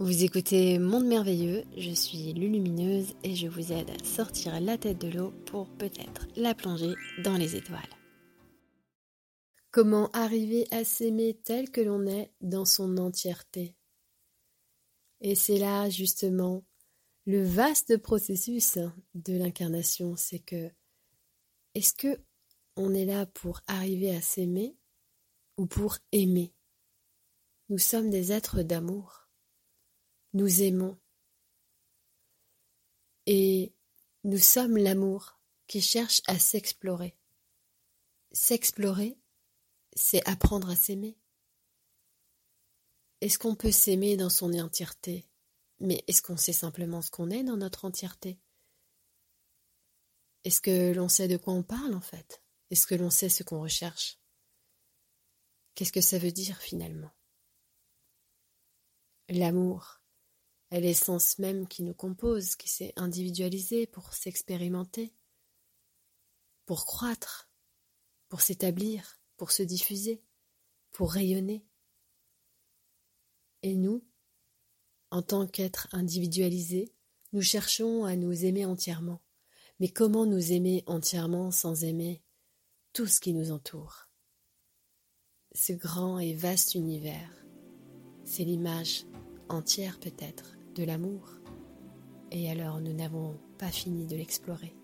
Vous écoutez Monde Merveilleux, je suis Lulumineuse et je vous aide à sortir la tête de l'eau pour peut-être la plonger dans les étoiles. Comment arriver à s'aimer tel que l'on est dans son entièreté? Et c'est là justement le vaste processus de l'incarnation, c'est que est-ce que on est là pour arriver à s'aimer ou pour aimer? Nous sommes des êtres d'amour. Nous aimons. Et nous sommes l'amour qui cherche à s'explorer. S'explorer, c'est apprendre à s'aimer. Est-ce qu'on peut s'aimer dans son entièreté? Mais est-ce qu'on sait simplement ce qu'on est dans notre entièreté? Est-ce que l'on sait de quoi on parle en fait? Est-ce que l'on sait ce qu'on recherche? Qu'est-ce que ça veut dire finalement? L'amour est l'essence même qui nous compose, qui s'est individualisée pour s'expérimenter, pour croître, pour s'établir, pour se diffuser, pour rayonner. Et nous, en tant qu'êtres individualisés, nous cherchons à nous aimer entièrement. Mais comment nous aimer entièrement sans aimer tout ce qui nous entoure? Ce grand et vaste univers, c'est l'image entière peut-être de l'amour. Et alors nous n'avons pas fini de l'explorer.